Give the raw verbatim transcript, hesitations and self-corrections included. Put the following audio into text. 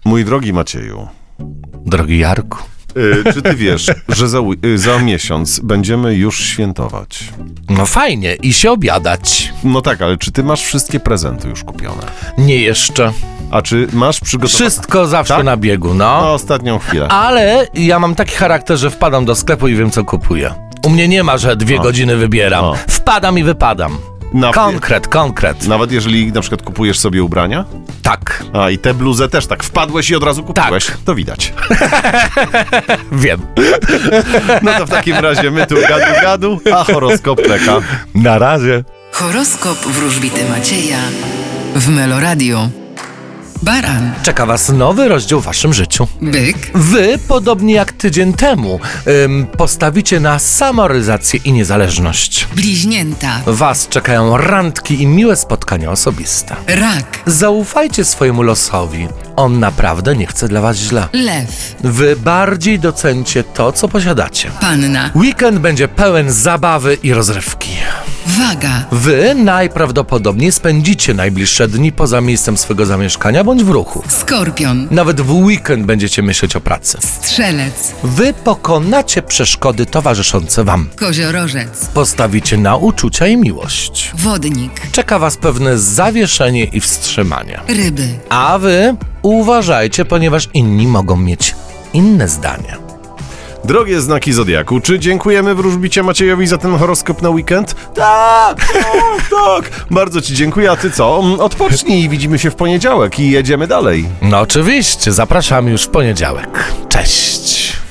Mój drogi Macieju. Drogi Jarku. Yy, czy ty wiesz, że za, yy, za miesiąc będziemy już świętować? No fajnie, i się obiadać. No tak, ale czy ty masz wszystkie prezenty już kupione? Nie jeszcze. A czy masz przygotowane? Wszystko zawsze Tak? na biegu, no. Na ostatnią chwilę. Ale ja mam taki charakter, że wpadam do sklepu i wiem, co kupuję. U mnie nie ma, że dwie O. godziny wybieram. O. Wpadam i wypadam. Na- Konkret, konkret. Nawet jeżeli na przykład kupujesz sobie ubrania? Tak, A i tę bluzę też tak wpadłeś i od razu kupiłeś? Tak. To widać. wiem. No to w takim razie my tu gadu gadu, a horoskop czeka. Na razie. Horoskop wróżbity Macieja w Meloradio. Baran, Czeka was nowy rozdział w waszym życiu. byk, Wy, podobnie jak tydzień temu, ym, postawicie na samorealizację i niezależność. bliźnięta, Was czekają randki i miłe spotkania osobiste. rak, Zaufajcie swojemu losowi. On naprawdę nie chce dla was źle. lew, Wy bardziej docencie to, co posiadacie. panna, Weekend będzie pełen zabawy i rozrywki. waga, Wy najprawdopodobniej spędzicie najbliższe dni poza miejscem swego zamieszkania bądź w ruchu. skorpion, Nawet w weekend będziecie myśleć o pracy. strzelec, Wy pokonacie przeszkody towarzyszące wam. koziorożec, Postawicie na uczucia i miłość. wodnik, Czeka was pewne zawieszenie i wstrzymanie. ryby. A wy uważajcie, ponieważ inni mogą mieć inne zdanie. Drogie znaki Zodiaku, czy dziękujemy wróżbicie Maciejowi za ten horoskop na weekend? Tak, tak, tak. Bardzo ci dziękuję, a ty co? Odpocznij i widzimy się w poniedziałek i jedziemy dalej. No oczywiście, zapraszamy już w poniedziałek. Cześć!